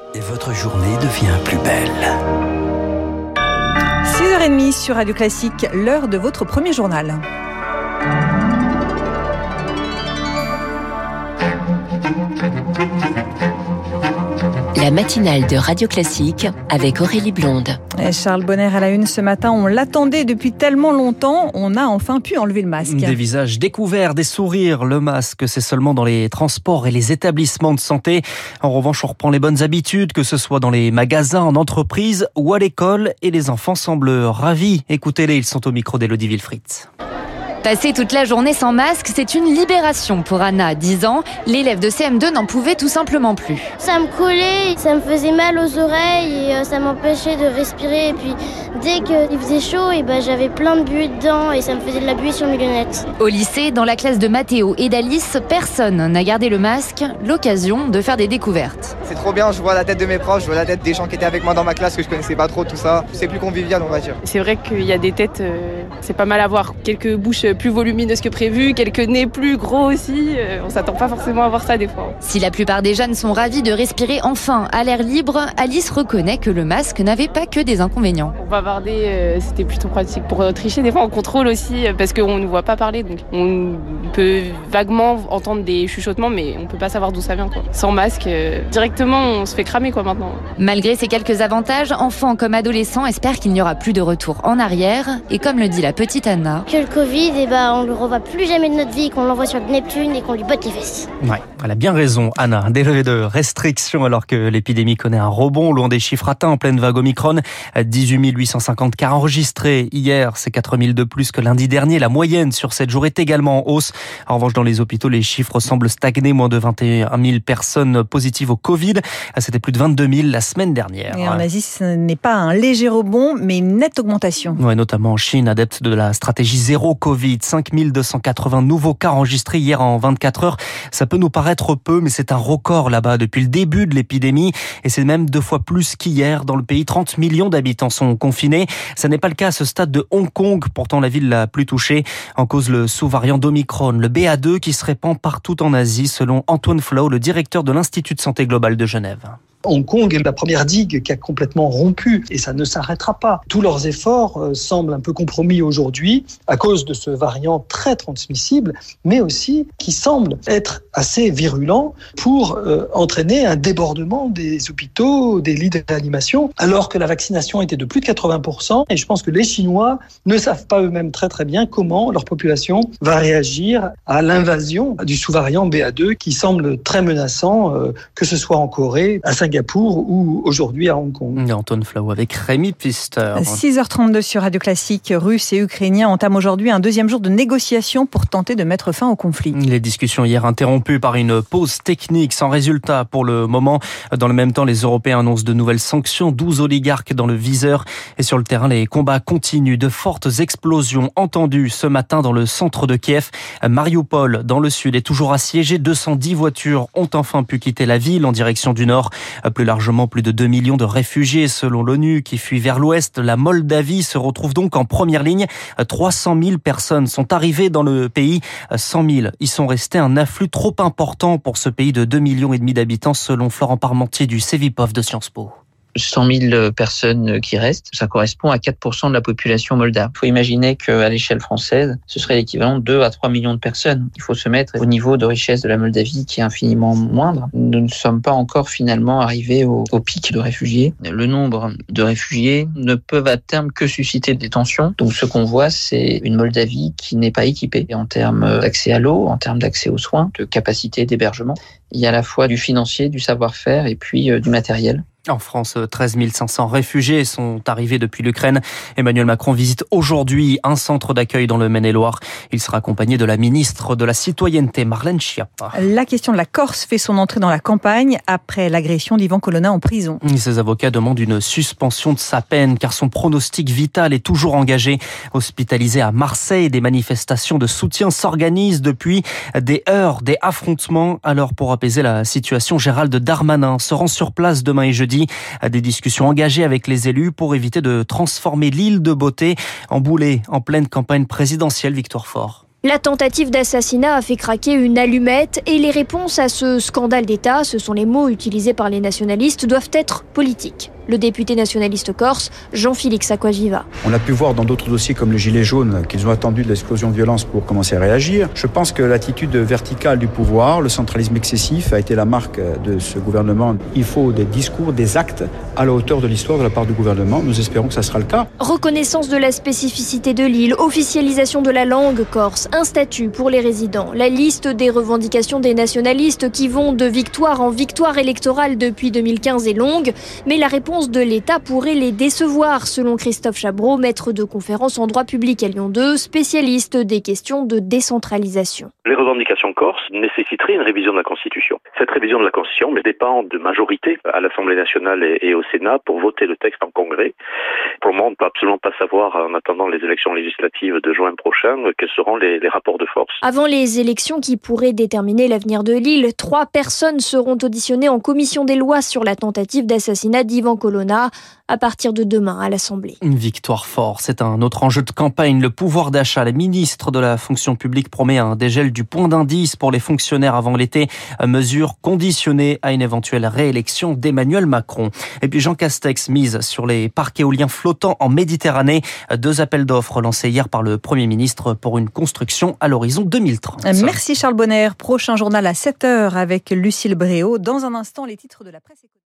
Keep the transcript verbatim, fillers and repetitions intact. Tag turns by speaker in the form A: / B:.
A: Et votre journée devient plus belle.
B: six heures trente sur Radio Classique, l'heure de votre premier journal.
C: La matinale de Radio Classique avec Aurélie Blonde.
B: Et Charles Bonner à la une ce matin, on l'attendait depuis tellement longtemps, on a enfin pu enlever le masque.
D: Des visages découverts, des sourires, le masque c'est seulement dans les transports et les établissements de santé. En revanche, on reprend les bonnes habitudes, que ce soit dans les magasins, en entreprise ou à l'école, et les enfants semblent ravis. Écoutez-les, ils sont au micro d'Élodie Wilfried.
E: Passer toute la journée sans masque, c'est une libération pour Anna, dix ans. L'élève de C M deux n'en pouvait tout simplement plus.
F: Ça me collait, ça me faisait mal aux oreilles et ça m'empêchait de respirer. Et puis dès qu'il faisait chaud, et ben, j'avais plein de buée dedans et ça me faisait de la buée sur mes lunettes.
E: Au lycée, dans la classe de Mathéo et d'Alice, personne n'a gardé le masque. L'occasion de faire des découvertes.
G: C'est trop bien, je vois la tête de mes profs, je vois la tête des gens qui étaient avec moi dans ma classe que je connaissais pas trop, tout ça. C'est plus convivial, on va dire.
H: C'est vrai qu'il y a des têtes, euh, c'est pas mal à voir. Quelques bouches plus volumineuses que prévu, quelques nez plus gros aussi. Euh, on s'attend pas forcément à voir ça des fois.
E: Si la plupart des jeunes sont ravis de respirer enfin à l'air libre, Alice reconnaît que le masque n'avait pas que des inconvénients.
H: Pour bavarder, euh, c'était plutôt pratique. Pour euh, tricher, des fois on contrôle aussi, euh, parce qu'on ne voit pas parler. Donc on peut vaguement entendre des chuchotements, mais on peut pas savoir d'où ça vient, quoi. Sans masque, euh, directement on se fait cramer, quoi, maintenant.
E: Malgré ces quelques avantages, enfants comme adolescents espèrent qu'il n'y aura plus de retour en arrière. Et comme le dit la petite Anna,
F: que le Covid, eh ben, on le revoit plus jamais de notre vie, qu'on l'envoie sur Neptune et qu'on lui botte les fesses.
D: Ouais, elle a bien raison, Anna. Des levées de restrictions alors que l'épidémie connaît un rebond, loin des chiffres atteints en pleine vague Omicron. dix-huit mille huit cent cinquante cas enregistrés hier, c'est quatre mille de plus que lundi dernier. La moyenne sur sept jours est également en hausse. En revanche, dans les hôpitaux, les chiffres semblent stagner. Moins de vingt et un mille personnes positives au Covid. C'était plus de vingt-deux mille la semaine dernière.
B: Et en Asie, ce n'est pas un léger rebond, mais une nette augmentation.
D: Ouais, notamment en Chine, adepte de la stratégie zéro Covid. cinq mille deux cent quatre-vingts nouveaux cas enregistrés hier en vingt-quatre heures. Ça peut nous paraître peu, mais c'est un record là-bas depuis le début de l'épidémie. Et c'est même deux fois plus qu'hier. Dans le pays, trente millions d'habitants sont confinés. Ça n'est pas le cas à ce stade de Hong Kong, pourtant la ville la plus touchée. En cause, le sous-variant d'Omicron, le B A deux, qui se répand partout en Asie, selon Antoine Flau, le directeur de l'Institut de santé globale de Genève.
I: Hong Kong est la première digue qui a complètement rompu et ça ne s'arrêtera pas. Tous leurs efforts euh, semblent un peu compromis aujourd'hui à cause de ce variant très transmissible, mais aussi qui semble être assez virulent pour euh, entraîner un débordement des hôpitaux, des lits de réanimation, alors que la vaccination était de plus de quatre-vingts pour cent. Et je pense que les Chinois ne savent pas eux-mêmes très très bien comment leur population va réagir à l'invasion du sous-variant B A deux qui semble très menaçant, euh, que ce soit en Corée, à Singapour, Singapour ou aujourd'hui à Hong Kong.
D: Antoine Flau avec Rémi Pfister.
B: six heures trente-deux sur Radio Classique. Russes et Ukrainiens entament aujourd'hui un deuxième jour de négociations pour tenter de mettre fin au conflit.
D: Les discussions hier interrompues par une pause technique sans résultat pour le moment. Dans le même temps, les Européens annoncent de nouvelles sanctions. douze oligarques dans le viseur. Et sur le terrain, les combats continuent. De fortes explosions entendues ce matin dans le centre de Kiev. Mariupol, dans le sud, est toujours assiégé. deux cent dix voitures ont enfin pu quitter la ville en direction du nord. Plus largement, plus de deux millions de réfugiés selon l'ONU qui fuient vers l'ouest. La Moldavie se retrouve donc en première ligne. trois cent mille personnes sont arrivées dans le pays. cent mille y sont restés, un afflux trop important pour ce pays de deux millions et demi d'habitants selon Florent Parmentier du Cevipof de Sciences Po.
J: cent mille personnes qui restent, ça correspond à quatre pour cent de la population moldave. Il faut imaginer qu'à l'échelle française, ce serait l'équivalent de deux à trois millions de personnes. Il faut se mettre au niveau de richesse de la Moldavie qui est infiniment moindre. Nous ne sommes pas encore finalement arrivés au, au pic de réfugiés. Le nombre de réfugiés ne peuvent à terme que susciter des tensions. Donc ce qu'on voit, c'est une Moldavie qui n'est pas équipée en termes d'accès à l'eau, en termes d'accès aux soins, de capacité d'hébergement. Il y a à la fois du financier, du savoir-faire et puis euh, du matériel.
D: En France, treize mille cinq cents réfugiés sont arrivés depuis l'Ukraine. Emmanuel Macron visite aujourd'hui un centre d'accueil dans le Maine-et-Loire. Il sera accompagné de la ministre de la Citoyenneté, Marlène Schiappa.
B: La question de la Corse fait son entrée dans la campagne après l'agression d'Ivan Colonna en prison.
D: Ses avocats demandent une suspension de sa peine car son pronostic vital est toujours engagé. Hospitalisé à Marseille, des manifestations de soutien s'organisent depuis, des heurts, des affrontements. Alors pour apaiser la situation, Gérald Darmanin se rend sur place demain et jeudi. Des discussions engagées avec les élus pour éviter de transformer l'île de Beauté en boulet en pleine campagne présidentielle. Victoire Fort.
K: La tentative d'assassinat a fait craquer une allumette et les réponses à ce scandale d'État, ce sont les mots utilisés par les nationalistes, doivent être politiques. Le député nationaliste corse, Jean-Félix Aquaviva.
L: On a pu voir dans d'autres dossiers comme le gilet jaune qu'ils ont attendu de l'explosion de violence pour commencer à réagir. Je pense que l'attitude verticale du pouvoir, le centralisme excessif a été la marque de ce gouvernement. Il faut des discours, des actes à la hauteur de l'histoire de la part du gouvernement. Nous espérons que ça sera le cas.
K: Reconnaissance de la spécificité de l'île, officialisation de la langue corse, un statut pour les résidents. La liste des revendications des nationalistes qui vont de victoire en victoire électorale depuis deux mille quinze est longue, mais la réponse de l'État pourrait les décevoir, selon Christophe Chabreau, maître de conférence en droit public à Lyon deux, spécialiste des questions de décentralisation.
M: Les revendications corses nécessiteraient une révision de la Constitution. Cette révision de la Constitution dépend de majorité à l'Assemblée nationale et au Sénat pour voter le texte en Congrès. Pour le moment, on ne peut absolument pas savoir, en attendant les élections législatives de juin prochain, quels seront les, les rapports de force.
K: Avant les élections qui pourraient déterminer l'avenir de l'île, trois personnes seront auditionnées en commission des lois sur la tentative d'assassinat d'Ivan Colonna à partir de demain à l'Assemblée.
D: Une victoire forte, c'est un autre enjeu de campagne, le pouvoir d'achat. La ministre de la fonction publique promet un dégel du point d'indice pour les fonctionnaires avant l'été, mesure conditionnée à une éventuelle réélection d'Emmanuel Macron. Et puis Jean Castex mise sur les parcs éoliens flottants en Méditerranée. Deux appels d'offres lancés hier par le Premier ministre pour une construction à l'horizon deux mille trente.
B: Merci Charles Bonner. Prochain journal à sept heures avec Lucille Bréau. Dans un instant, les titres de la presse économique.